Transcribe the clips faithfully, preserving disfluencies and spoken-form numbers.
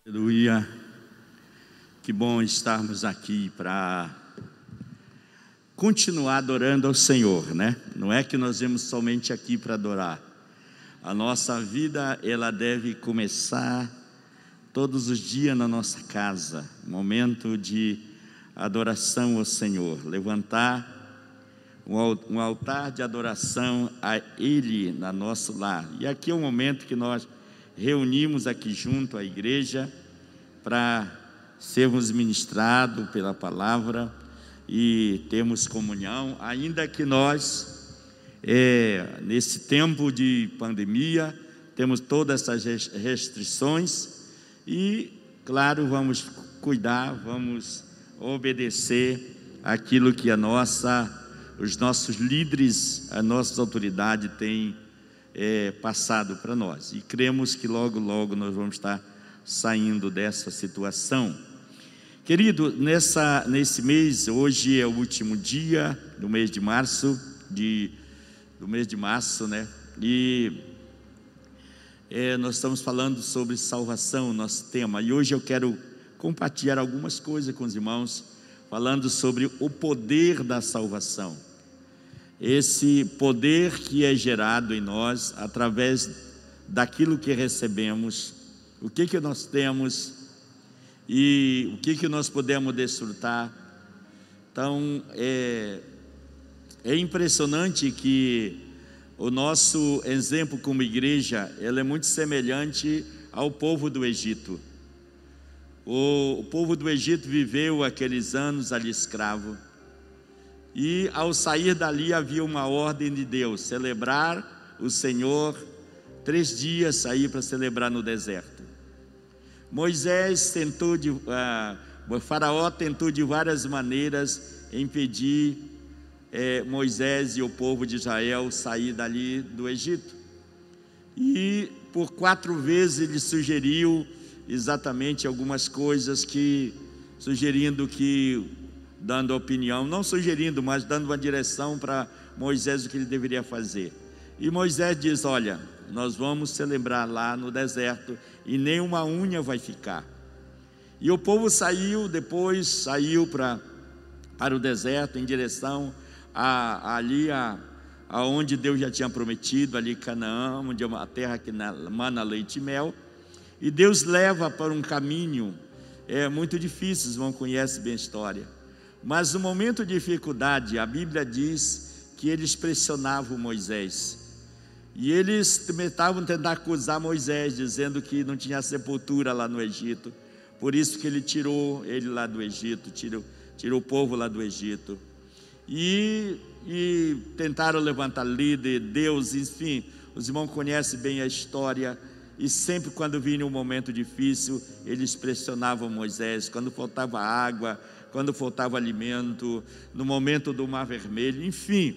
Aleluia, que bom estarmos aqui para continuar adorando ao Senhor, né? Não é que nós vemos somente aqui para adorar. A nossa vida, ela deve começar todos os dias na nossa casa, momento de adoração ao Senhor, levantar um altar de adoração a Ele na nosso lar. E aqui é o momento que nós reunimos aqui junto à igreja para sermos ministrados pela palavra e termos comunhão, ainda que nós, é, nesse tempo de pandemia, temos todas essas restrições e, claro, vamos cuidar, vamos obedecer aquilo que a nossa, os nossos líderes, as nossas autoridades têm É, passado para nós, e cremos que logo, logo nós vamos estar saindo dessa situação. Querido, nessa, nesse mês, hoje é o último dia do mês de março, de, do mês de março, né? E é, nós estamos falando sobre salvação, nosso tema, e hoje eu quero compartilhar algumas coisas com os irmãos, falando sobre o poder da salvação. Esse poder que é gerado em nós através daquilo que recebemos, o que que nós temos e o que que nós podemos desfrutar. Então é, é impressionante que o nosso exemplo como igreja, ele é muito semelhante ao povo do Egito. O, o povo do Egito viveu aqueles anos ali escravo. E ao sair dali havia uma ordem de Deus, celebrar o Senhor, três dias sair para celebrar no deserto. Moisés tentou, de, ah, o faraó tentou de várias maneiras impedir eh, Moisés e o povo de Israel sair dali do Egito. E por quatro vezes ele sugeriu exatamente algumas coisas que, sugerindo que dando opinião, não sugerindo, mas dando uma direção para Moisés o que ele deveria fazer. E Moisés diz: olha, nós vamos celebrar lá no deserto e nem uma unha vai ficar. E o povo saiu, depois saiu para, para o deserto em direção a, a, ali a, aonde Deus já tinha prometido, ali Canaã, onde é uma terra que mana leite e mel. E Deus leva para um caminho é muito difícil, os irmãos conhecem bem a história. Mas no momento de dificuldade, a Bíblia diz que eles pressionavam Moisés. E eles estavam tentando acusar Moisés, dizendo que não tinha sepultura lá no Egito. Por isso que ele tirou ele lá do Egito, tirou, tirou o povo lá do Egito. E, e tentaram levantar líder, Deus, enfim, os irmãos conhecem bem a história. E sempre quando vinha um momento difícil, eles pressionavam Moisés, quando faltava água, quando faltava alimento, no momento do Mar Vermelho, enfim.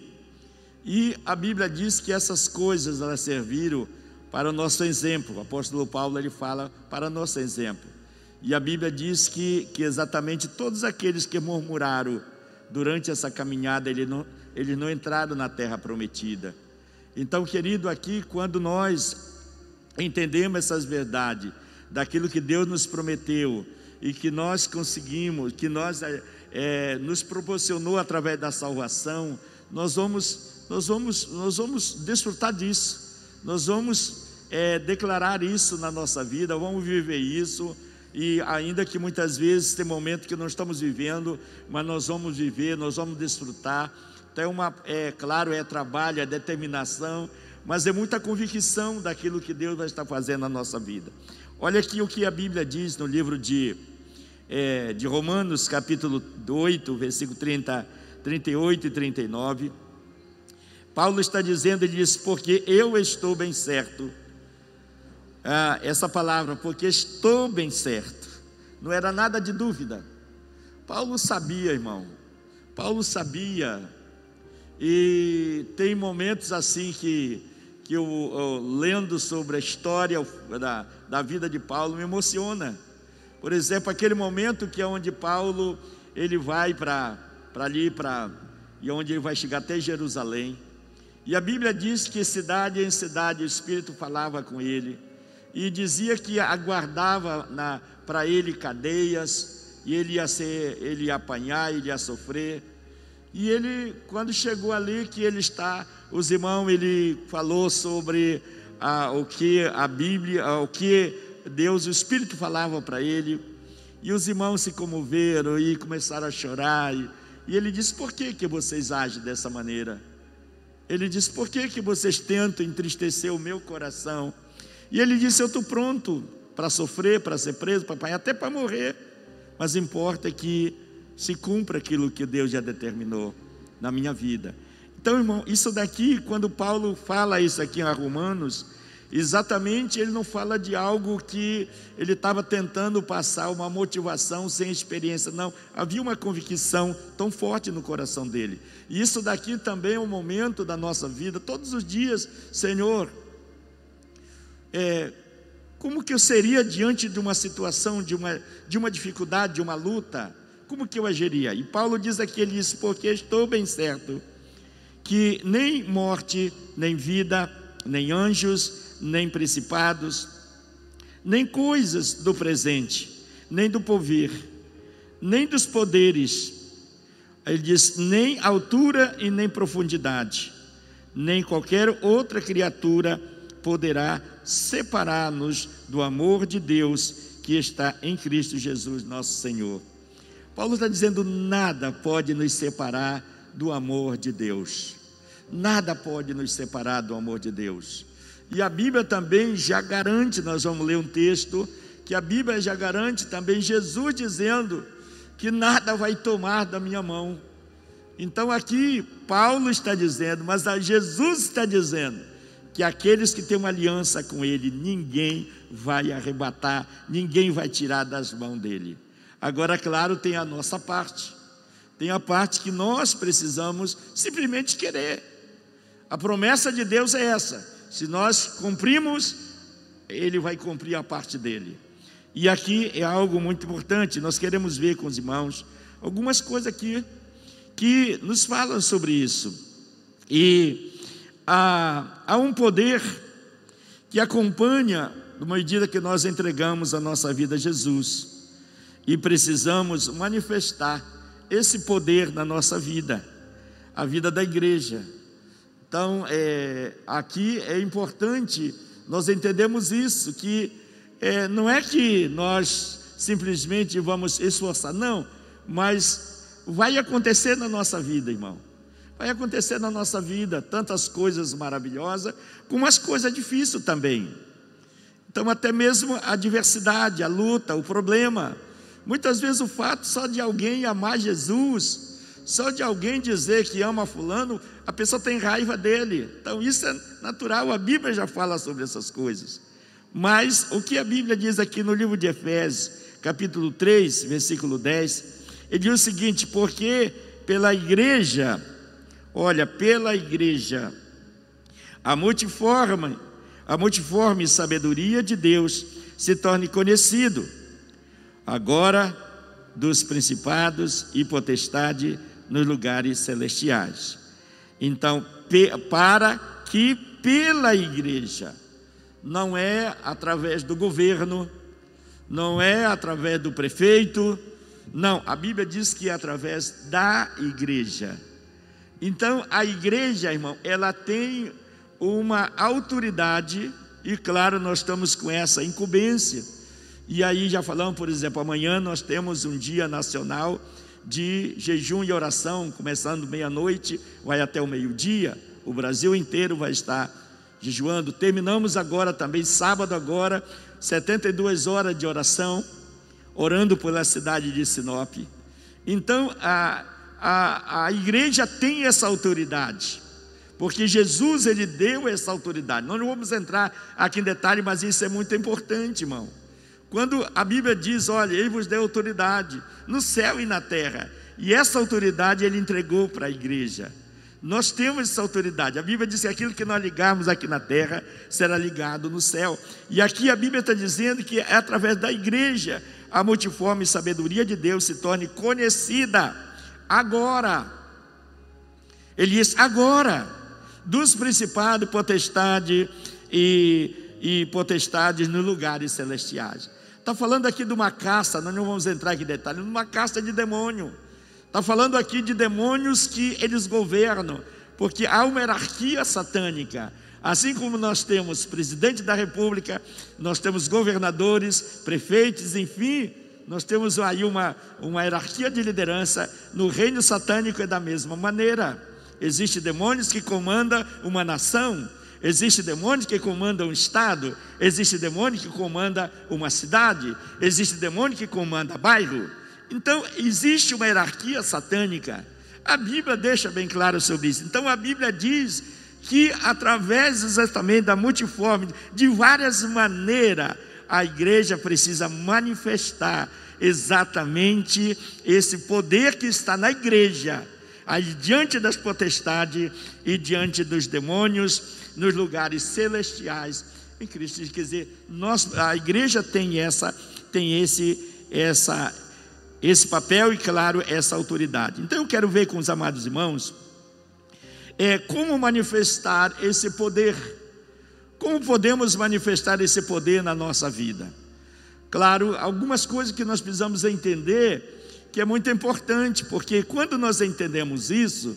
E a Bíblia diz que essas coisas elas serviram para o nosso exemplo. O apóstolo Paulo ele fala para o nosso exemplo. E a Bíblia diz que, que exatamente todos aqueles que murmuraram durante essa caminhada, eles não, eles não entraram na terra prometida. Então, querido, aqui quando nós entendemos essas verdades, daquilo que Deus nos prometeu, e que nós conseguimos, que nós é, nos proporcionou através da salvação, nós vamos, nós vamos, nós vamos desfrutar disso, nós vamos é, declarar isso na nossa vida, vamos viver isso, e ainda que muitas vezes tem momentos que não estamos vivendo, mas nós vamos viver, nós vamos desfrutar. Então é, uma, é claro, é trabalho, é determinação, mas é muita convicção daquilo que Deus vai estar fazendo na nossa vida. Olha aqui o que a Bíblia diz no livro de É, de Romanos, capítulo oito, versículo trinta, trinta e oito e trinta e nove. Paulo está dizendo, ele diz: porque eu estou bem certo. Ah, essa palavra, porque estou bem certo, não era nada de dúvida. Paulo sabia, irmão, Paulo sabia. E tem momentos assim que, que eu, eu lendo sobre a história da, da vida de Paulo, me emociona. Por exemplo, aquele momento que é onde Paulo, ele vai para ali, pra, e onde ele vai chegar até Jerusalém. E a Bíblia diz que cidade em cidade o Espírito falava com ele. e dizia que aguardava para ele cadeias, e ele ia, ser, ele ia apanhar, ele ia sofrer. E ele, quando chegou ali que ele está, os irmãos, ele falou sobre ah, o que a Bíblia, ah, o que Deus, o Espírito falava para ele, e os irmãos se comoveram e começaram a chorar, e, e ele disse: por que que vocês agem dessa maneira? Ele disse: por que que vocês tentam entristecer o meu coração? E ele disse: eu estou pronto para sofrer, para ser preso, para apanhar, até para morrer, mas importa que se cumpra aquilo que Deus já determinou na minha vida. Então, irmão, isso daqui, quando Paulo fala isso aqui em Romanos, exatamente ele não fala de algo que ele estava tentando passar uma motivação sem experiência, não, havia uma convicção tão forte no coração dele. E isso daqui também é um momento da nossa vida, todos os dias: Senhor, é, como que eu seria diante de uma situação, de uma, de uma dificuldade, de uma luta? Como que eu agiria? E Paulo diz aqui, ele diz: porque estou bem certo que nem morte, nem vida, nem anjos, nem principados, nem coisas do presente, nem do porvir, nem dos poderes, ele diz, nem altura e nem profundidade, nem qualquer outra criatura poderá separar-nos do amor de Deus que está em Cristo Jesus nosso Senhor. Paulo está dizendo: nada pode nos separar do amor de Deus, nada pode nos separar do amor de Deus. E a Bíblia também já garante, nós vamos ler um texto, que a Bíblia já garante também Jesus dizendo que nada vai tomar da minha mão. Então aqui Paulo está dizendo, mas Jesus está dizendo, que aqueles que têm uma aliança com Ele, ninguém vai arrebatar, ninguém vai tirar das mãos dEle. Agora, claro, tem a nossa parte, tem a parte que nós precisamos simplesmente querer. A promessa de Deus é essa: se nós cumprimos, Ele vai cumprir a parte dele. E aqui é algo muito importante, nós queremos ver com os irmãos algumas coisas aqui que nos falam sobre isso. E há, há um poder que acompanha na medida que nós entregamos a nossa vida a Jesus, e precisamos manifestar esse poder na nossa vida, a vida da igreja. Então, é, aqui é importante nós entendemos isso, que é, não é que nós simplesmente vamos esforçar, não, mas vai acontecer na nossa vida, irmão, vai acontecer na nossa vida, tantas coisas maravilhosas, como as coisas difíceis também. Então, até mesmo a adversidade, a luta, o problema. Muitas vezes o fato só de alguém amar Jesus, só de alguém dizer que ama fulano, a pessoa tem raiva dele. Então isso é natural, a Bíblia já fala sobre essas coisas. Mas o que a Bíblia diz aqui no livro de Efésios, capítulo três, versículo dez, ele diz o seguinte: porque pela igreja, olha, pela igreja, a multiforme, a multiforme sabedoria de Deus se torne conhecido, agora dos principados e potestade nos lugares celestiais. Então, para que pela igreja, não é através do governo, não é através do prefeito, não, a Bíblia diz que é através da igreja. Então, a igreja, irmão, ela tem uma autoridade, e claro, nós estamos com essa incumbência. E aí já falamos, por exemplo, amanhã nós temos um dia nacional de jejum e oração, começando meia-noite, vai até o meio-dia, o Brasil inteiro vai estar jejuando. Terminamos agora também, sábado agora, setenta e duas horas de oração, orando pela cidade de Sinop. Então, a, a, a igreja tem essa autoridade, porque Jesus, Ele deu essa autoridade. Nós não vamos entrar aqui em detalhe, mas isso é muito importante, irmão. Quando a Bíblia diz, olha, Ele vos deu autoridade no céu e na terra, e essa autoridade Ele entregou para a igreja. Nós temos essa autoridade. A Bíblia diz que aquilo que nós ligarmos aqui na terra será ligado no céu. E aqui a Bíblia está dizendo que é através da igreja a multiforme sabedoria de Deus se torne conhecida agora. Ele diz agora, dos principados, potestade e e potestades nos lugares celestiais. Está falando aqui de uma casta, nós não vamos entrar aqui em detalhes, uma casta de demônio. Está falando aqui de demônios que eles governam, porque há uma hierarquia satânica. Assim como nós temos presidente da república, nós temos governadores, prefeitos, enfim, nós temos aí uma, uma hierarquia de liderança. No reino satânico é da mesma maneira. Existem demônios que comandam uma nação, existe demônio que comanda um estado, existe demônio que comanda uma cidade, existe demônio que comanda bairro. Então existe uma hierarquia satânica. A Bíblia deixa bem claro sobre isso. Então a Bíblia diz que através exatamente da multiforme, de várias maneiras, a igreja precisa manifestar exatamente esse poder que está na igreja, aí diante das potestades e diante dos demônios, nos lugares celestiais em Cristo. Quer dizer, nós, a igreja tem essa, tem esse, essa, esse papel e, claro, essa autoridade. Então eu quero ver com os amados irmãos é, como manifestar esse poder. Como podemos manifestar esse poder na nossa vida? Claro, algumas coisas que nós precisamos entender, que é muito importante, porque quando nós entendemos isso,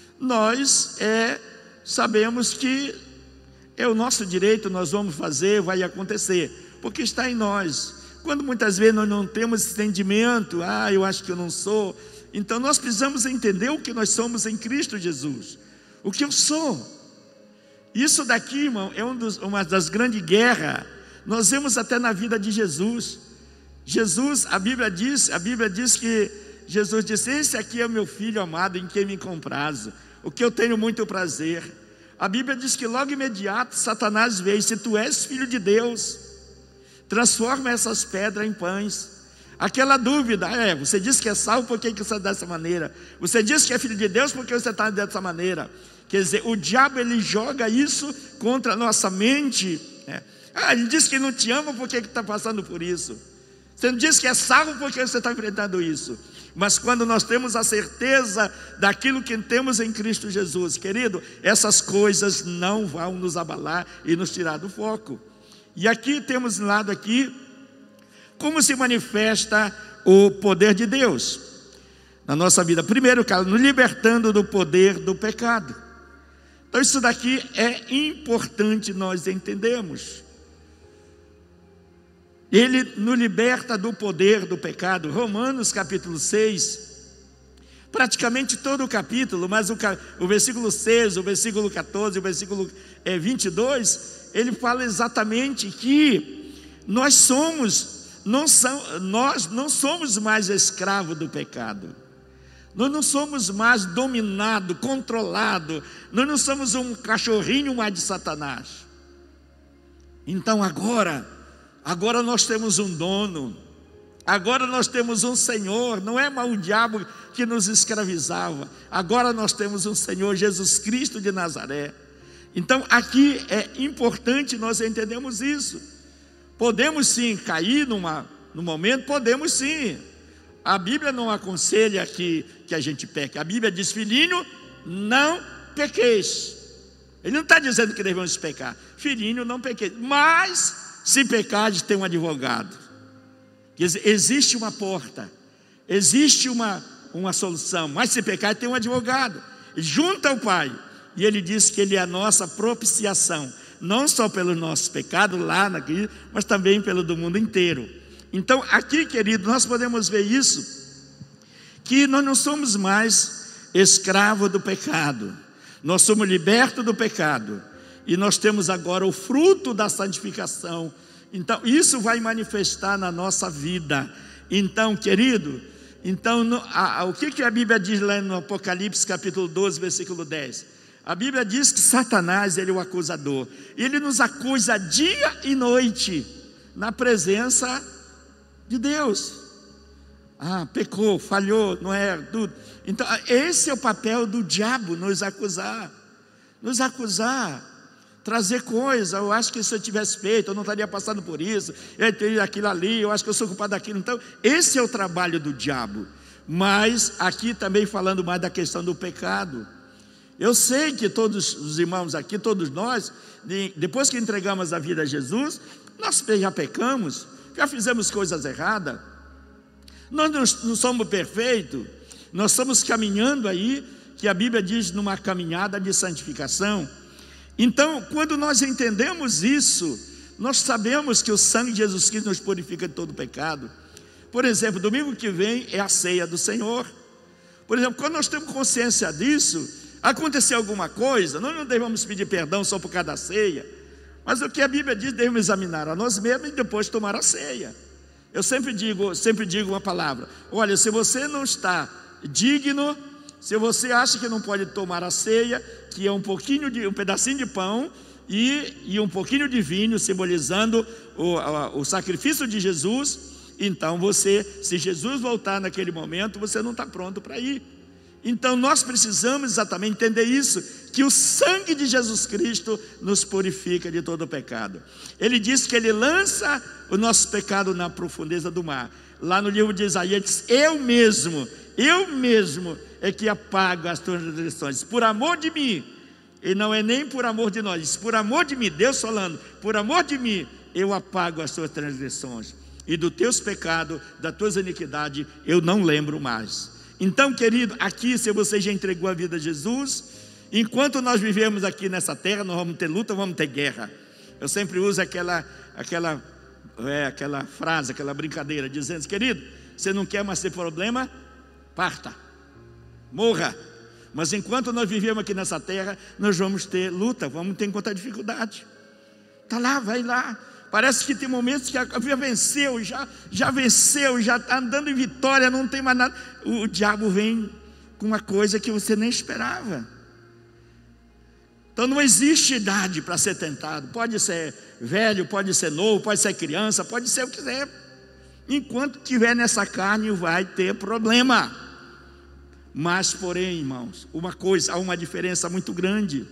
nós é, sabemos que é o nosso direito, nós vamos fazer, vai acontecer, porque está em nós. Quando muitas vezes nós não temos esse entendimento, ah, eu acho que eu não sou, então nós precisamos entender o que nós somos em Cristo Jesus, o que eu sou. Isso daqui, irmão, é um dos, uma das grandes guerras. Nós vemos até na vida de Jesus. Jesus, a Bíblia diz, a Bíblia diz que Jesus disse: esse aqui é o meu filho amado, em quem me comprazo, o que eu tenho muito prazer. A Bíblia diz que logo imediato Satanás veio: se tu és filho de Deus, transforma essas pedras em pães. Aquela dúvida, é, você diz que é salvo, por que você está dessa maneira? Você diz que é filho de Deus, por que você está dessa maneira? Quer dizer, o diabo ele joga isso contra a nossa mente, né? Ah, ele diz que não te ama, por que está passando por isso? Você não diz que é salvo, por que você está enfrentando isso? Mas quando nós temos a certeza daquilo que temos em Cristo Jesus, querido, essas coisas não vão nos abalar e nos tirar do foco. E aqui temos um lado aqui, como se manifesta o poder de Deus na nossa vida. Primeiro, cara, nos libertando do poder do pecado. Então isso daqui é importante nós entendermos. Ele nos liberta do poder do pecado. Romanos capítulo seis, praticamente todo o capítulo, mas o, o versículo seis, o versículo catorze, o versículo é, vinte e dois, ele fala exatamente que nós somos, não são, nós não somos mais escravos do pecado. Nós não somos mais dominados, controlados. Nós não somos um cachorrinho mais de Satanás. Então agora, agora nós temos um dono. Agora nós temos um Senhor. Não é mais o diabo que nos escravizava. Agora nós temos um Senhor, Jesus Cristo de Nazaré. Então aqui é importante nós entendermos isso. Podemos sim cair numa, num momento, podemos sim. A Bíblia não aconselha que, que a gente peque. A Bíblia diz: filhinho, não pequeis. Ele não está dizendo que devemos pecar. Filhinho, não pequeis. Mas, se pecares, tem um advogado. Quer dizer, existe uma porta, existe uma, uma solução. Mas se pecar, tem um advogado. Junto ao Pai. E ele diz que ele é a nossa propiciação. Não só pelos nossos pecados lá, naquele, mas também pelo do mundo inteiro. Então aqui, querido, nós podemos ver isso, que nós não somos mais escravos do pecado, nós somos libertos do pecado, e nós temos agora o fruto da santificação. Então isso vai manifestar na nossa vida. Então, querido, então, no, a, a, o que, que a Bíblia diz lá no Apocalipse capítulo doze, versículo dez? A Bíblia diz que Satanás, ele é o acusador, ele nos acusa dia e noite, na presença de Deus. Ah, pecou, falhou, não é tudo. Então esse é o papel do diabo, nos acusar, nos acusar, trazer coisa. Eu acho que se eu tivesse feito, eu não estaria passando por isso, eu teria aquilo ali, eu acho que eu sou culpado daquilo. Então esse é o trabalho do diabo. Mas aqui também falando mais da questão do pecado, Eu sei que todos os irmãos aqui, todos nós, depois que entregamos a vida a Jesus, nós já pecamos, já fizemos coisas erradas. Nós não, não somos perfeitos, nós estamos caminhando aí, que a Bíblia diz numa caminhada de santificação. Então, quando nós entendemos isso, nós sabemos que o sangue de Jesus Cristo nos purifica de todo pecado. Por exemplo, domingo que vem é a ceia do Senhor. Por exemplo, quando nós temos consciência disso, acontecer alguma coisa, nós não devemos pedir perdão só por causa da ceia, mas o que a Bíblia diz, devemos examinar a nós mesmos e depois tomar a ceia. Eu sempre digo, sempre digo uma palavra: olha, se você não está digno, se você acha que não pode tomar a ceia, que é um pouquinho de, um pedacinho de pão e, e um pouquinho de vinho, simbolizando o, o, o sacrifício de Jesus, então você, se Jesus voltar naquele momento, você não está pronto para ir. Então nós precisamos exatamente entender isso, que o sangue de Jesus Cristo nos purifica de todo o pecado. Ele diz que Ele lança o nosso pecado na profundeza do mar. Lá no livro de Isaías diz: eu mesmo, eu mesmo é que apago as tuas transgressões, por amor de mim. E não é nem por amor de nós, diz, por amor de mim, Deus falando, por amor de mim, eu apago as tuas transgressões, e dos teus pecados, das tuas iniquidades, eu não lembro mais. Então, querido, aqui, se você já entregou a vida a Jesus, enquanto nós vivemos aqui nessa terra, nós vamos ter luta, vamos ter guerra. Eu sempre uso aquela, aquela, é, aquela frase, aquela brincadeira, dizendo: querido, você não quer mais ter problema? Parta, morra. Mas enquanto nós vivemos aqui nessa terra, nós vamos ter luta, vamos ter encontrar dificuldade. Está lá, vai lá. Parece que tem momentos que a vida venceu, já, já venceu, já está andando em vitória, não tem mais nada. O, o diabo vem com uma coisa que você nem esperava. Então não existe idade para ser tentado. Pode ser velho, pode ser novo, pode ser criança, pode ser o que quiser. Enquanto estiver nessa carne, vai ter problema. Mas, porém, irmãos, uma coisa, há uma diferença muito grande.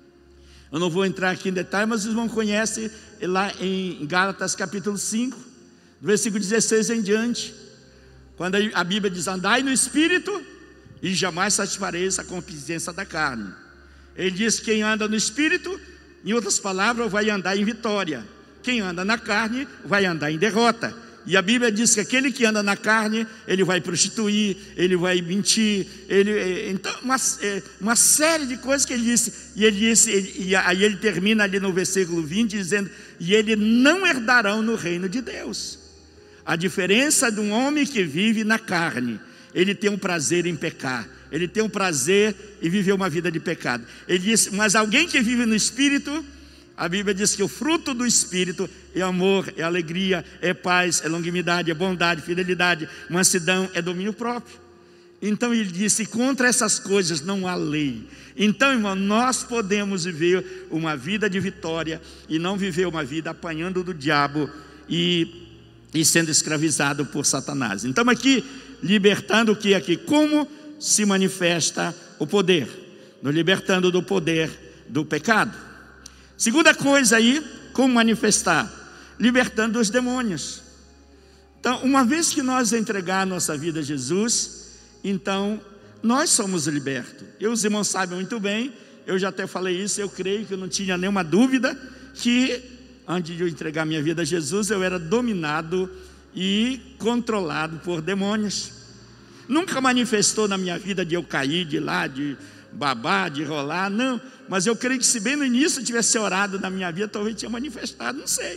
Eu não vou entrar aqui em detalhe, mas os irmãos conhecem lá em Gálatas capítulo cinco, do versículo dezesseis em diante, quando a Bíblia diz: andai no Espírito e jamais satisfareis a concupiscência da carne. Ele diz: quem anda no Espírito, em outras palavras, vai andar em vitória. Quem anda na carne, vai andar em derrota. E a Bíblia diz que aquele que anda na carne, ele vai prostituir, ele vai mentir, ele, então uma, uma série de coisas que ele disse. E ele disse, ele, e aí ele termina ali no versículo vinte dizendo: e ele não herdarão no reino de Deus. A diferença de um homem que vive na carne, ele tem um prazer em pecar, ele tem um prazer em viver uma vida de pecado. Ele disse: mas alguém que vive no Espírito, a Bíblia diz que o fruto do Espírito é amor, é alegria, é paz, é longanimidade, é bondade, fidelidade, mansidão, é domínio próprio. Então ele disse: contra essas coisas não há lei. Então, irmão, nós podemos viver uma vida de vitória e não viver uma vida apanhando do diabo e, e sendo escravizado por Satanás. Então aqui, libertando o que aqui? Como se manifesta o poder? Nos libertando do poder do pecado. Segunda coisa aí, como manifestar? Libertando os demônios. Então, uma vez que nós entregar a nossa vida a Jesus, então nós somos libertos. E os irmãos sabem muito bem, eu já até falei isso, eu creio que eu não tinha nenhuma dúvida, que antes de eu entregar minha vida a Jesus, eu era dominado e controlado por demônios. Nunca manifestou na minha vida de eu cair de lá, de babar, de rolar, não. Mas eu creio que se bem no início eu tivesse orado na minha vida, talvez tinha manifestado, não sei.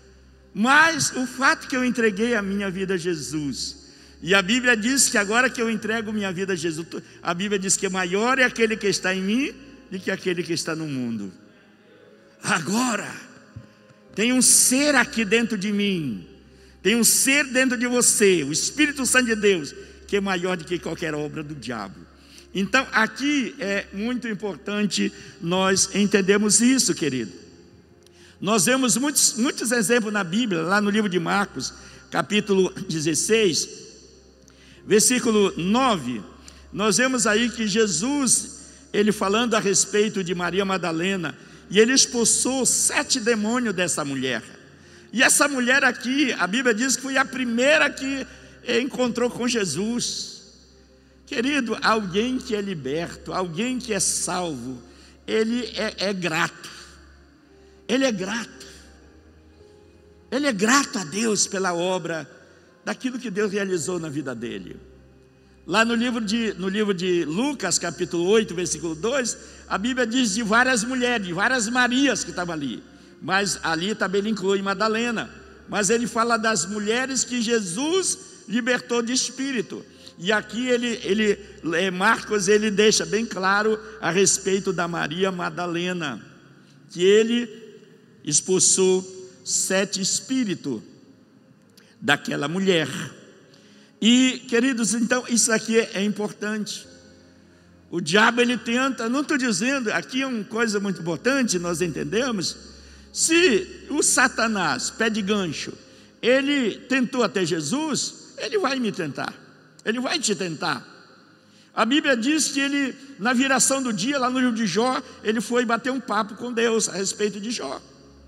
Mas o fato que eu entreguei a minha vida a Jesus, e a Bíblia diz que agora que eu entrego minha vida a Jesus, a Bíblia diz que maior é aquele que está em mim do que aquele que está no mundo. Agora tem um ser aqui dentro de mim, tem um ser dentro de você, o Espírito Santo de Deus, que é maior do que qualquer obra do diabo. Então aqui é muito importante nós entendermos isso, querido. Nós vemos muitos, muitos exemplos na Bíblia, lá no livro de Marcos, capítulo dezesseis, versículo nove, nós vemos aí que Jesus, ele falando a respeito de Maria Madalena, e ele expulsou sete demônios dessa mulher. E essa mulher aqui, a Bíblia diz que foi a primeira que encontrou com Jesus. Querido, alguém que é liberto, alguém que é salvo, ele é, é grato, ele é grato, ele é grato a Deus pela obra, daquilo que Deus realizou na vida dele. Lá no livro de, no livro de Lucas, capítulo oito, versículo dois, a Bíblia diz de várias mulheres, de várias Marias que estavam ali, mas ali também ele inclui Madalena, mas ele fala das mulheres que Jesus libertou de espírito. E aqui ele, ele, Marcos, ele deixa bem claro a respeito da Maria Madalena, que ele expulsou sete espíritos daquela mulher. E, queridos, então isso aqui é, é importante. O diabo, ele tenta, não estou dizendo, aqui é uma coisa muito importante, nós entendemos, se o Satanás pede gancho, ele tentou até Jesus, ele vai me tentar, ele vai te tentar. A Bíblia diz que ele, na viração do dia, lá no livro de Jó, ele foi bater um papo com Deus a respeito de Jó.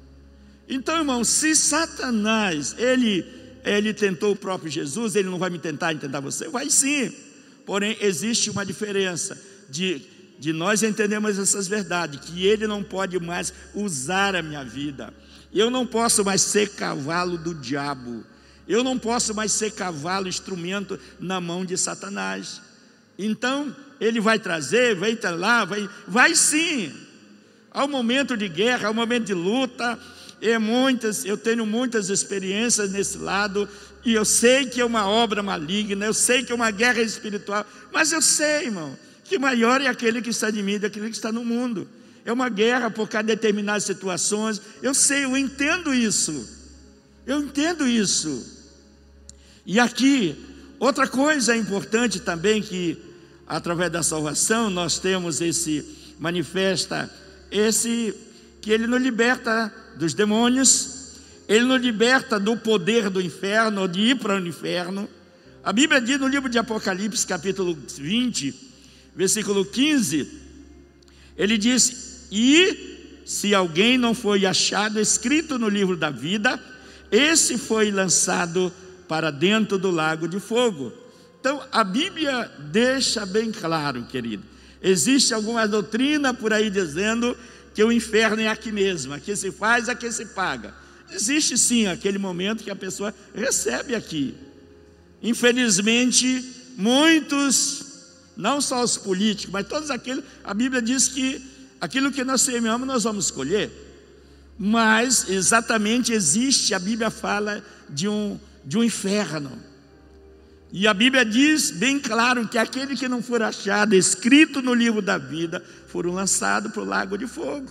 Então, irmão, se Satanás, ele, ele tentou o próprio Jesus, ele não vai me tentar e tentar você? Vai sim. Porém, existe uma diferença de, de nós entendermos essas verdades, que ele não pode mais usar a minha vida. Eu não posso mais ser cavalo do diabo. Eu não posso mais ser cavalo, instrumento na mão de Satanás. Então, ele vai trazer, vai estar lá, vai, vai sim. Ao momento de guerra, ao momento de luta, é muitas, eu tenho muitas experiências nesse lado, e eu sei que é uma obra maligna, eu sei que é uma guerra espiritual, mas eu sei, irmão, que maior é aquele que está de mim, daquele que está no mundo. É uma guerra por causa de determinadas situações, eu sei, eu entendo isso, eu entendo isso. E aqui, outra coisa importante também, que através da salvação nós temos esse, manifesta esse, que ele nos liberta dos demônios, ele nos liberta do poder do inferno, ou de ir para o inferno. A Bíblia diz no livro de Apocalipse, capítulo vinte, versículo quinze, ele diz: e se alguém não foi achado escrito no livro da vida, esse foi lançado para dentro do lago de fogo. Então a Bíblia deixa bem claro, querido, existe alguma doutrina por aí dizendo que o inferno é aqui mesmo, aqui se faz, aqui se paga. Existe sim aquele momento que a pessoa recebe aqui. Infelizmente, muitos, não só os políticos, mas todos aqueles, a Bíblia diz que aquilo que nós semeamos nós vamos colher. Mas exatamente existe, a Bíblia fala de um, de um inferno. E a Bíblia diz bem claro que aquele que não for achado escrito no livro da vida foram lançados para o lago de fogo.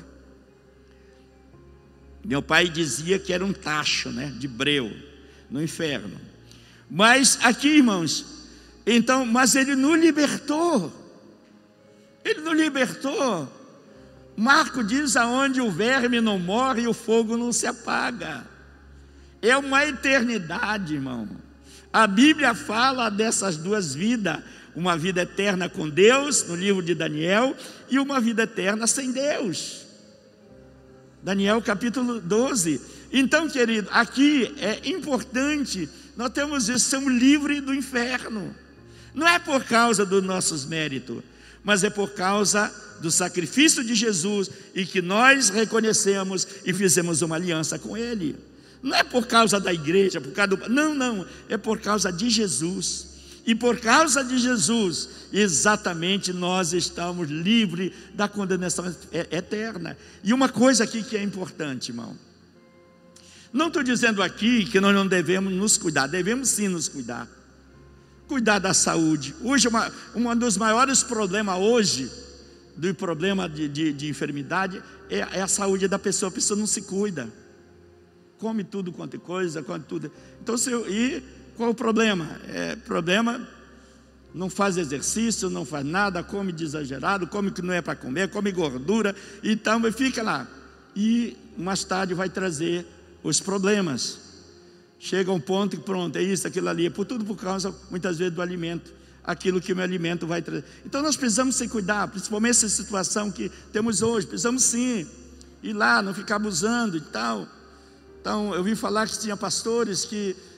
Meu pai dizia que era um tacho, né, de breu no inferno. Mas aqui, irmãos, então, mas ele nos libertou. Ele nos libertou. Marco diz: aonde o verme não morre e o fogo não se apaga. É uma eternidade, irmão. A Bíblia fala dessas duas vidas, uma vida eterna com Deus, no livro de Daniel, e uma vida eterna sem Deus. Daniel capítulo doze. Então, querido, aqui é importante, nós temos isso, somos livres do inferno. Não é por causa dos nossos méritos, mas é por causa do sacrifício de Jesus, e que nós reconhecemos e fizemos uma aliança com Ele. Não é por causa da igreja, por causa do... não, não, é por causa de Jesus. E por causa de Jesus, exatamente nós estamos livres da condenação eterna. E uma coisa aqui que é importante, irmão, não estou dizendo aqui que nós não devemos nos cuidar, devemos sim nos cuidar. Cuidar da saúde. Hoje, uma, um dos maiores problemas hoje, do problema de, de, de enfermidade, é, é a saúde da pessoa. A pessoa não se cuida, come tudo quanto é coisa, come tudo. Então, se eu, e qual o problema? É, problema, não faz exercício, não faz nada, come de exagerado, come que não é para comer, come gordura, então fica lá. E mais tarde vai trazer os problemas. Chega um ponto que pronto, é isso, aquilo ali, é por tudo por causa, muitas vezes, do alimento. Aquilo que o meu alimento vai trazer. Então nós precisamos se cuidar, principalmente essa situação que temos hoje. Precisamos sim ir lá, não ficar abusando e tal. Então eu vi falar que tinha pastores que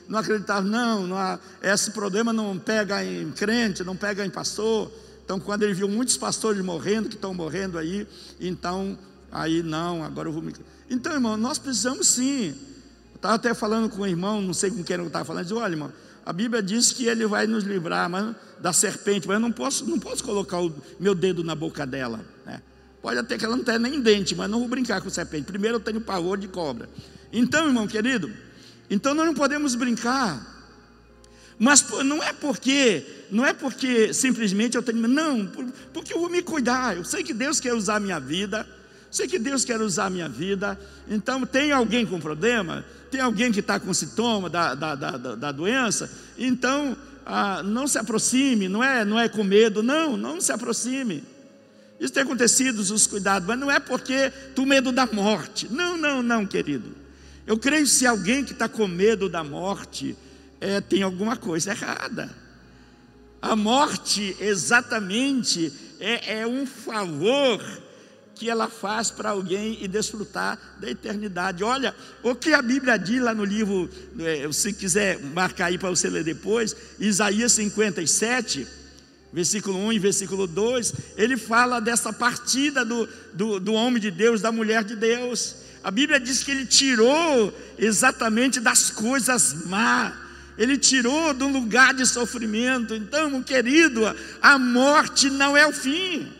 não acreditavam, não, não há, esse problema não pega em crente, não pega em pastor. Então, quando ele viu muitos pastores morrendo, que estão morrendo aí, então, aí não, agora eu vou me... Então, irmão, nós precisamos sim. Eu estava até falando com um irmão, não sei com quem eu estava falando, disse, olha, irmão, a Bíblia diz que ele vai nos livrar mas, da serpente, mas eu não posso, não posso colocar o meu dedo na boca dela, né? Pode até que ela não tenha nem dente, mas não vou brincar com serpente. Primeiro eu tenho pavor de cobra. Então, irmão querido, então nós não podemos brincar. Mas não é porque, não é porque simplesmente eu tenho, não, porque eu vou me cuidar. Eu sei que Deus quer usar a minha vida, sei que Deus quer usar a minha vida. Então tem alguém com problema, tem alguém que está com sintoma da, da, da, da doença, então ah, não se aproxime, não é, não é com medo, não, não se aproxime. Isso tem acontecido, os cuidados, mas não é porque tu medo da morte, não, não, não, querido. Eu creio que se alguém que está com medo da morte, É, tem alguma coisa errada. A morte exatamente é, é um favor que ela faz para alguém e desfrutar da eternidade. Olha, o que a Bíblia diz lá no livro, se quiser marcar aí para você ler depois, Isaías cinquenta e sete, versículo um e versículo dois, ele fala dessa partida do, do, do homem de Deus, da mulher de Deus. A Bíblia diz que ele tirou exatamente das coisas más, ele tirou de um lugar de sofrimento. Então, meu querido, a morte não é o fim.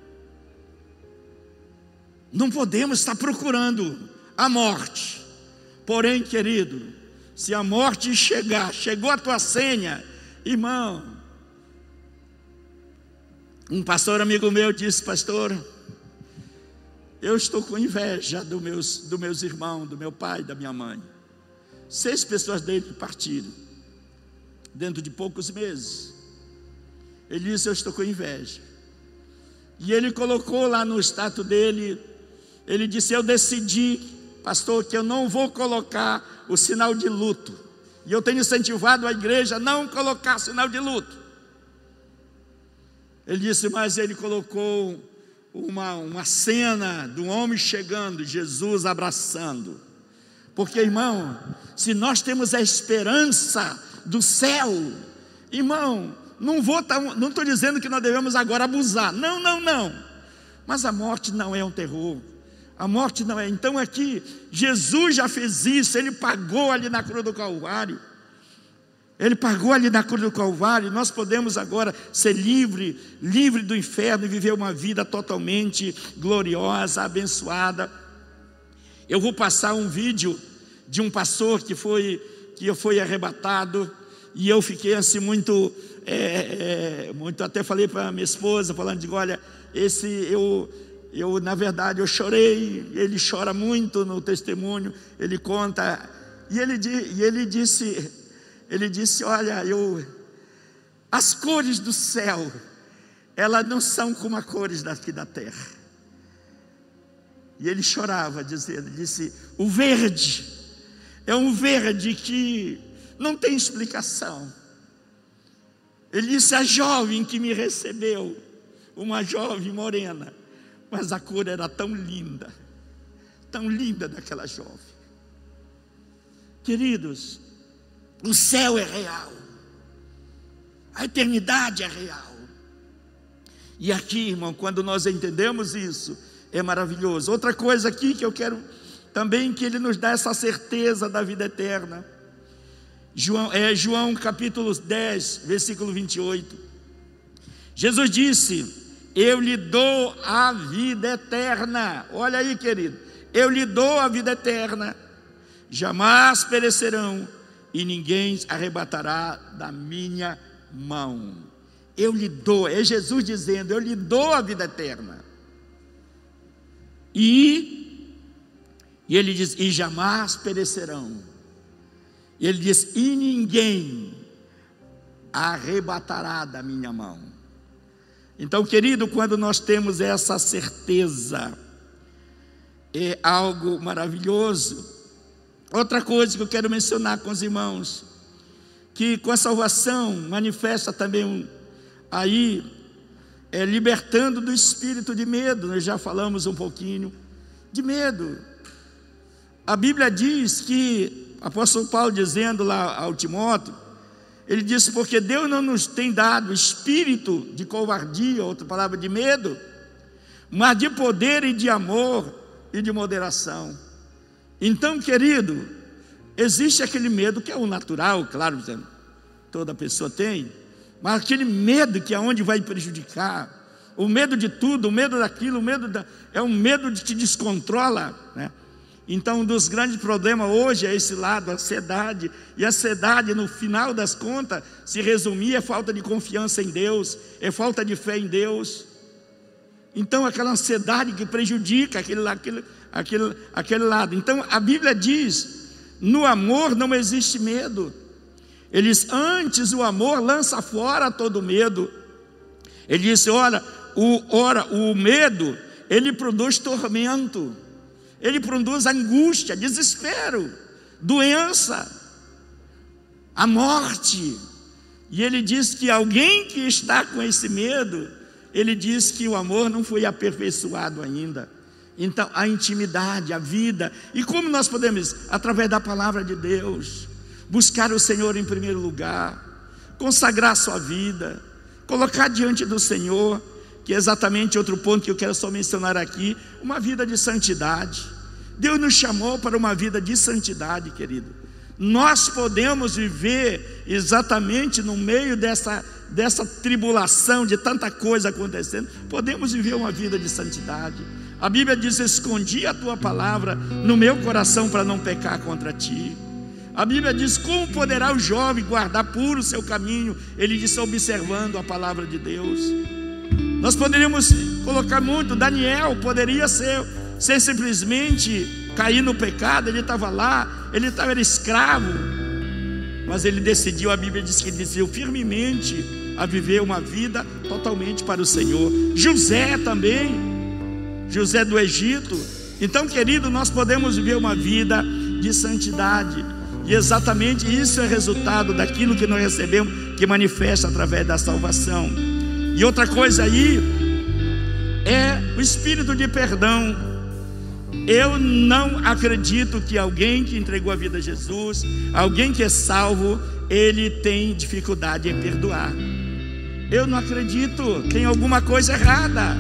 Não podemos estar procurando a morte. Porém, querido, se a morte chegar, chegou a tua senha, irmão. Um pastor amigo meu disse, pastor, eu estou com inveja dos meus, dos meus irmãos, do meu pai, da minha mãe. Seis pessoas dele partiram dentro de poucos meses. Ele disse, eu estou com inveja. E ele colocou lá no status dele, ele disse, eu decidi, pastor, que eu não vou colocar o sinal de luto. E eu tenho incentivado a igreja a não colocar sinal de luto. Ele disse, mas ele colocou uma, uma cena do homem chegando, Jesus abraçando. Porque, irmão, se nós temos a esperança do céu, irmão, não vou tá, não estou dizendo que nós devemos agora abusar, não, não, não, mas a morte não é um terror, a morte não é. Então aqui, Jesus já fez isso, Ele pagou ali na cruz do Calvário, Ele pagou ali na cruz do Calvário. Nós podemos agora ser livre, livre do inferno e viver uma vida totalmente gloriosa, abençoada. Eu vou passar um vídeo de um pastor que foi, que foi arrebatado, e eu fiquei assim muito, é, é, muito até falei para minha esposa, falando, digo, olha, esse, eu, eu na verdade eu chorei, ele chora muito no testemunho, ele conta, e ele, e ele disse, ele disse, olha, eu, as cores do céu, elas não são como as cores daqui da terra. E ele chorava, dizendo, disse, o verde, é um verde que não tem explicação. Ele disse, a jovem que me recebeu, uma jovem morena, mas a cor era tão linda, tão linda daquela jovem. Queridos, o céu é real, a eternidade é real. E aqui, irmão, quando nós entendemos isso, é maravilhoso. Outra coisa aqui que eu quero também, que Ele nos dá essa certeza da vida eterna. João, é, João capítulo dez, versículo vinte e oito. Jesus disse, eu lhe dou a vida eterna. Olha aí, querido, eu lhe dou a vida eterna, jamais perecerão, e ninguém arrebatará da minha mão. Eu lhe dou, é Jesus dizendo, eu lhe dou a vida eterna. E, e ele diz, e jamais perecerão. E ele diz, e ninguém arrebatará da minha mão. Então, querido, quando nós temos essa certeza, é algo maravilhoso. Outra coisa que eu quero mencionar com os irmãos, que com a salvação manifesta também um, aí, é, libertando do espírito de medo. Nós já falamos um pouquinho de medo. A Bíblia diz que apóstolo Paulo dizendo lá ao Timóteo, ele disse: porque Deus não nos tem dado espírito de covardia, outra palavra, de medo, mas de poder e de amor e de moderação. Então, querido, existe aquele medo que é o natural, claro, toda pessoa tem, mas aquele medo que é onde vai prejudicar, o medo de tudo, o medo daquilo, o medo da, é um medo que te descontrola, né? Então, um dos grandes problemas hoje é esse lado, a ansiedade. E a ansiedade, no final das contas, se resumir, é falta de confiança em Deus, é falta de fé em Deus. Então, aquela ansiedade que prejudica aquele, aquele, aquele, aquele lado. Então, a Bíblia diz: no amor não existe medo. Ele diz: antes o amor lança fora todo medo. Ele disse: ora, o, ora, o medo, ele produz tormento. Ele produz angústia, desespero, doença, a morte. E ele diz que alguém que está com esse medo, ele diz que o amor não foi aperfeiçoado ainda. Então, a intimidade, a vida. E como nós podemos? Através da palavra de Deus, buscar o Senhor em primeiro lugar, consagrar a sua vida, colocar diante do Senhor, que é exatamente outro ponto que eu quero só mencionar aqui, uma vida de santidade. Deus nos chamou para uma vida de santidade, querido. Nós podemos viver exatamente no meio dessa, dessa tribulação, de tanta coisa acontecendo, podemos viver uma vida de santidade. A Bíblia diz: escondi a tua palavra no meu coração para não pecar contra ti. A Bíblia diz: como poderá o jovem guardar puro o seu caminho? Ele disse: observando a palavra de Deus. Nós poderíamos colocar muito. Daniel poderia ser, ser simplesmente cair no pecado. Ele estava lá, ele estava era escravo, mas ele decidiu, a Bíblia diz que ele decidiu firmemente a viver uma vida totalmente para o Senhor. José também, José do Egito. Então, querido, nós podemos viver uma vida de santidade, e exatamente isso é resultado daquilo que nós recebemos, que manifesta através da salvação. E outra coisa aí é o espírito de perdão. Eu não acredito que alguém que entregou a vida a Jesus, alguém que é salvo, ele tem dificuldade em perdoar. Eu não acredito, tem alguma coisa errada.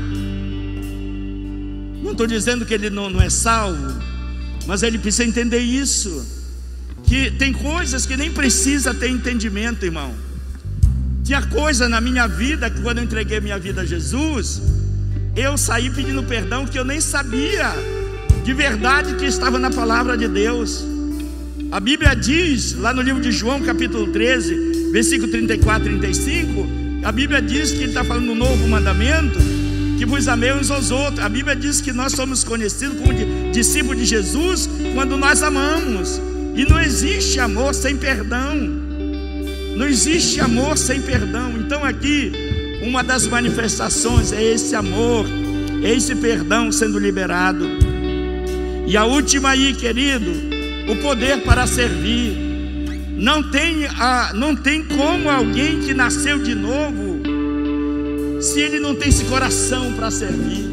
Não estou dizendo que ele não, não é salvo, mas ele precisa entender isso, que tem coisas que nem precisa ter entendimento, irmão. Tinha coisa na minha vida que, quando eu entreguei minha vida a Jesus, eu saí pedindo perdão que eu nem sabia de verdade que estava na palavra de Deus. A Bíblia diz, lá no livro de João, capítulo treze, versículo trinta e quatro e trinta e cinco, a Bíblia diz que ele está falando um novo mandamento, que vos amei uns aos outros. A Bíblia diz que nós somos conhecidos como discípulos de Jesus quando nós amamos. E não existe amor sem perdão. Não existe amor sem perdão. Então aqui, uma das manifestações é esse amor, é esse perdão sendo liberado. E a última aí, querido, o poder para servir. Não tem, a, não tem como alguém que nasceu de novo, se ele não tem esse coração para servir,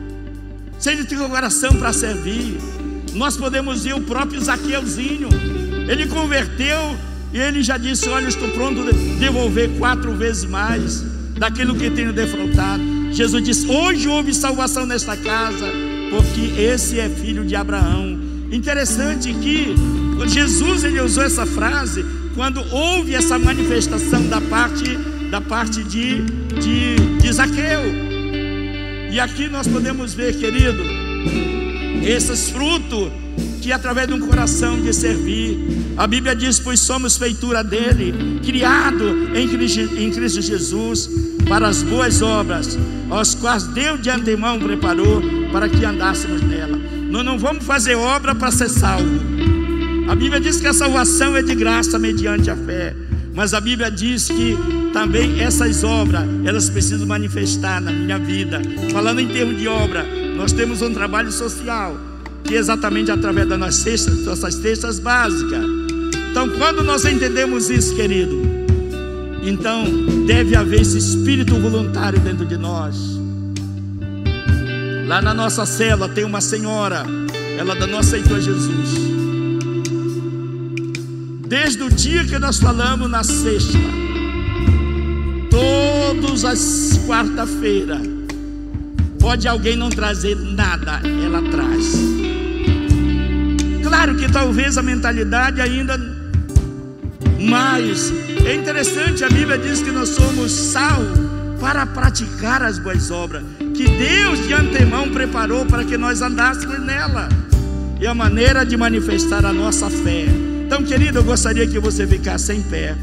se ele tem o coração para servir. Nós podemos ver o próprio Zaqueuzinho. Ele converteu e ele já disse: olha, eu estou pronto a devolver quatro vezes mais daquilo que tenho defraudado. Jesus disse: hoje houve salvação nesta casa, porque esse é filho de Abraão. Interessante que Jesus, ele usou essa frase quando houve essa manifestação da parte, da parte de, de, de Zaqueu. E aqui nós podemos ver, querido, esses frutos que através de um coração de servir. A Bíblia diz: pois somos feitura dele, criado em Cristo, em Cristo Jesus, para as boas obras, as quais Deus de antemão preparou para que andássemos nela. Nós não vamos fazer obra para ser salvo. A Bíblia diz que a salvação é de graça mediante a fé, mas a Bíblia diz que também essas obras, elas precisam manifestar na minha vida. Falando em termos de obra, nós temos um trabalho social, que é exatamente através das nossas cestas, nossas cestas básicas. Então, quando nós entendemos isso, querido, então deve haver esse espírito voluntário dentro de nós. Lá na nossa célula tem uma senhora, ela não aceitou Jesus. desde o dia que nós falamos na sexta, todas as quarta-feira, pode alguém não trazer nada, ela traz. Claro que talvez a mentalidade ainda, mas é interessante, a Bíblia diz que nós somos sal para praticar as boas obras, que Deus de antemão preparou para que nós andássemos nela. É a maneira de manifestar a nossa fé. Então, querido, eu gostaria que você ficasse em pé.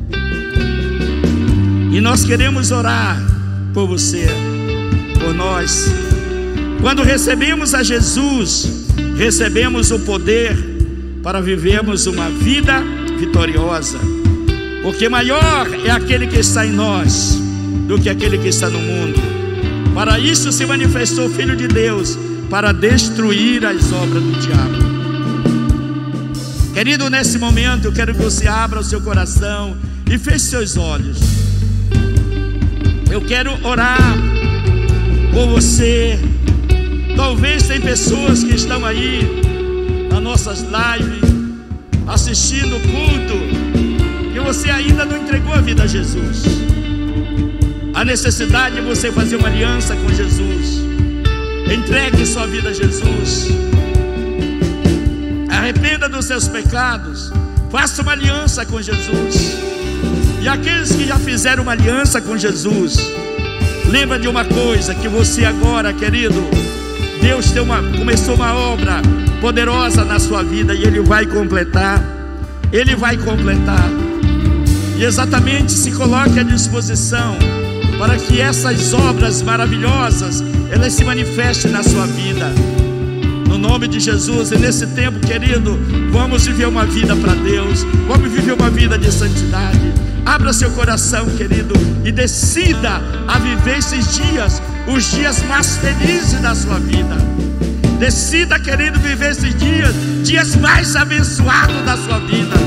E nós queremos orar por você, por nós. Quando recebemos a Jesus, recebemos o poder para vivermos uma vida vitoriosa. Porque maior é aquele que está em nós do que aquele que está no mundo. Para isso se manifestou o Filho de Deus, para destruir as obras do diabo. Querido, nesse momento eu quero que você abra o seu coração e feche seus olhos. Eu quero orar por você. Talvez tem pessoas que estão aí nas nossas lives, assistindo o culto, que você ainda não entregou a vida a Jesus. A necessidade de você fazer uma aliança com Jesus. Entregue sua vida a Jesus. Arrependa dos seus pecados. Faça uma aliança com Jesus. E aqueles que já fizeram uma aliança com Jesus, lembra de uma coisa, que você agora, querido, Deus tem uma, começou uma obra poderosa na sua vida, e Ele vai completar. Ele vai completar. E exatamente se coloque à disposição para que essas obras maravilhosas, elas se manifestem na sua vida, no nome de Jesus. E nesse tempo, querido, vamos viver uma vida para Deus, vamos viver uma vida de santidade. Abra seu coração, querido, e decida a viver esses dias, os dias mais felizes da sua vida. Decida, querido, viver esses dias, dias mais abençoados da sua vida.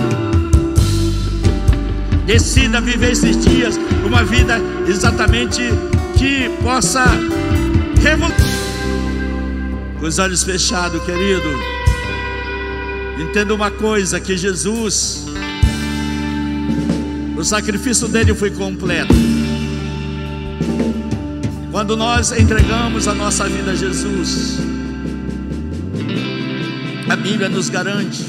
Decida viver esses dias uma vida exatamente que possa revoltar. Com os olhos fechados, querido, entenda uma coisa, que Jesus, o sacrifício dele foi completo. Quando nós entregamos a nossa vida a Jesus, a Bíblia nos garante,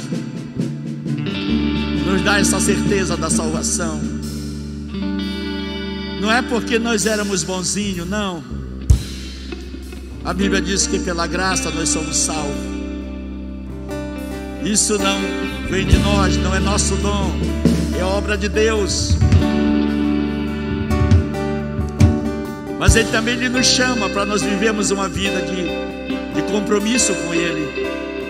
nos dá essa certeza da salvação. Não é porque nós éramos bonzinhos, não. A Bíblia diz que pela graça nós somos salvos. Isso não vem de nós, não é nosso dom, é obra de Deus. Mas Ele também Ele nos chama para nós vivermos uma vida de, de compromisso com Ele.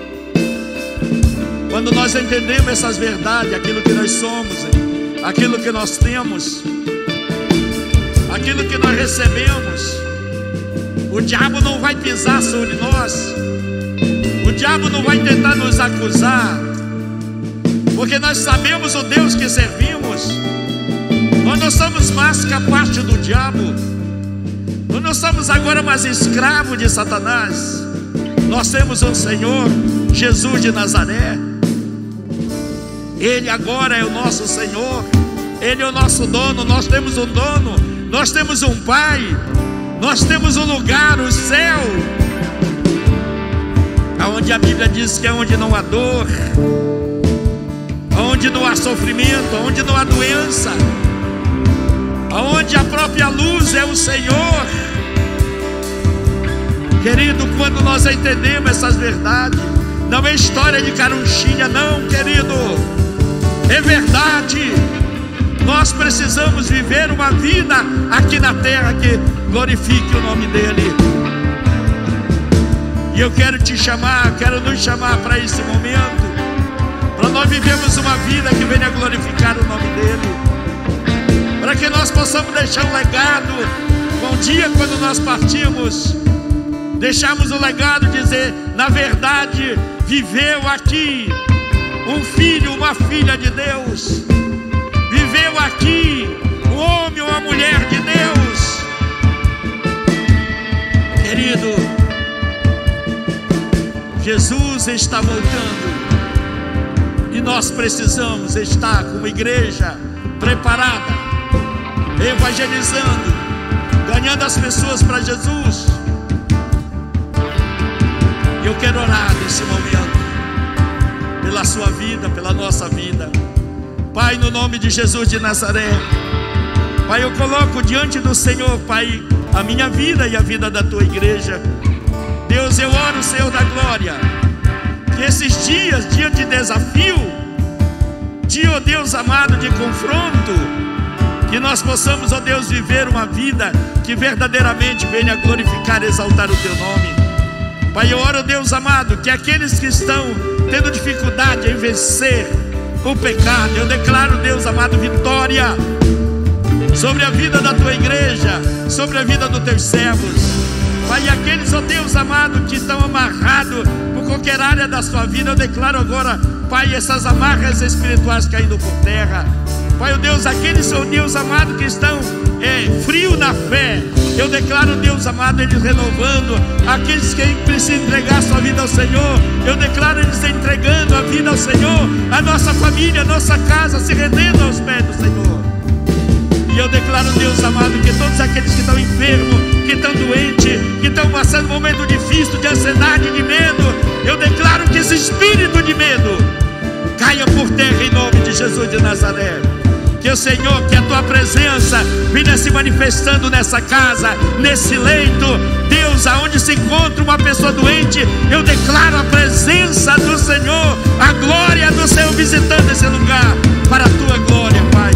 Quando nós entendemos essas verdades, aquilo que nós somos, aquilo que nós temos, aquilo que nós recebemos, o diabo não vai pisar sobre nós, o diabo não vai tentar nos acusar, porque nós sabemos o Deus que servimos. Nós não somos mais capazes do diabo, nós não somos agora mais escravos de Satanás. Nós temos um Senhor, Jesus de Nazaré. Ele agora é o nosso Senhor, Ele é o nosso dono. Nós temos um dono, nós temos um Pai, nós temos um lugar, o céu, aonde a Bíblia diz que é onde não há dor, onde não há sofrimento, onde não há doença, aonde a própria luz é o Senhor. Querido, quando nós entendemos essas verdades, não é história de carunchinha, não, querido, é verdade. Nós precisamos viver uma vida aqui na terra que glorifique o nome dEle. E eu quero te chamar, quero nos chamar para esse momento, para nós vivermos uma vida que venha glorificar o nome dEle, para que nós possamos deixar um legado. Um dia, quando nós partimos, deixamos o legado, dizer: na verdade, viveu aqui um filho, uma filha de Deus, viveu aqui um homem, uma mulher de Deus. Querido, Jesus está voltando, e E nós precisamos estar como igreja preparada, evangelizando, ganhando as pessoas para Jesus. E eu quero orar nesse momento pela sua vida, pela nossa vida. Pai, no nome de Jesus de Nazaré, Pai, eu coloco diante do Senhor, Pai, a minha vida e a vida da tua igreja. Deus, eu oro, Senhor da glória, que esses dias, dia de desafio, dia, ó Deus amado, de confronto, que nós possamos, ó Deus, viver uma vida que verdadeiramente venha glorificar e exaltar o teu nome. Pai, eu oro, Deus amado, que aqueles que estão tendo dificuldade em vencer o pecado, eu declaro, Deus amado, vitória sobre a vida da tua igreja, sobre a vida dos teus servos. Pai, aqueles, ó Deus amado, que estão amarrados por qualquer área da sua vida, eu declaro agora, Pai, essas amarras espirituais caindo por terra. Pai, ó Deus, aqueles, ó Deus amado, que estão é, frio na fé, eu declaro, Deus amado, eles renovando. Aqueles que precisam entregar a sua vida ao Senhor, eu declaro eles entregando a vida ao Senhor. A nossa família, a nossa casa se rendendo aos pés do Senhor. E eu declaro, Deus amado, que todos aqueles que estão enfermos, que estão doentes, que estão passando um momento difícil de ansiedade, de medo, eu declaro que esse espírito de medo caia por terra em nome de Jesus de Nazaré. Que o Senhor, que a tua presença venha se manifestando nessa casa, nesse leito. Deus, aonde se encontra uma pessoa doente, eu declaro a presença do Senhor, a glória do Senhor visitando esse lugar, para a tua glória, Pai.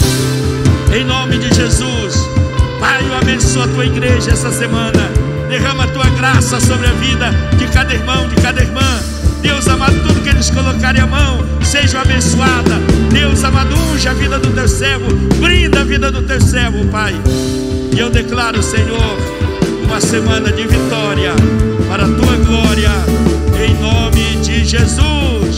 Em nome de Jesus, Pai, eu abençoo a tua igreja essa semana. Derrama a tua graça sobre a vida de cada irmão, de cada irmã. Deus amado, tudo que eles colocarem a mão seja abençoada. Deus amado, unge a vida do teu servo, brinda a vida do teu servo, Pai. E eu declaro, Senhor, uma semana de vitória para a tua glória, em nome de Jesus.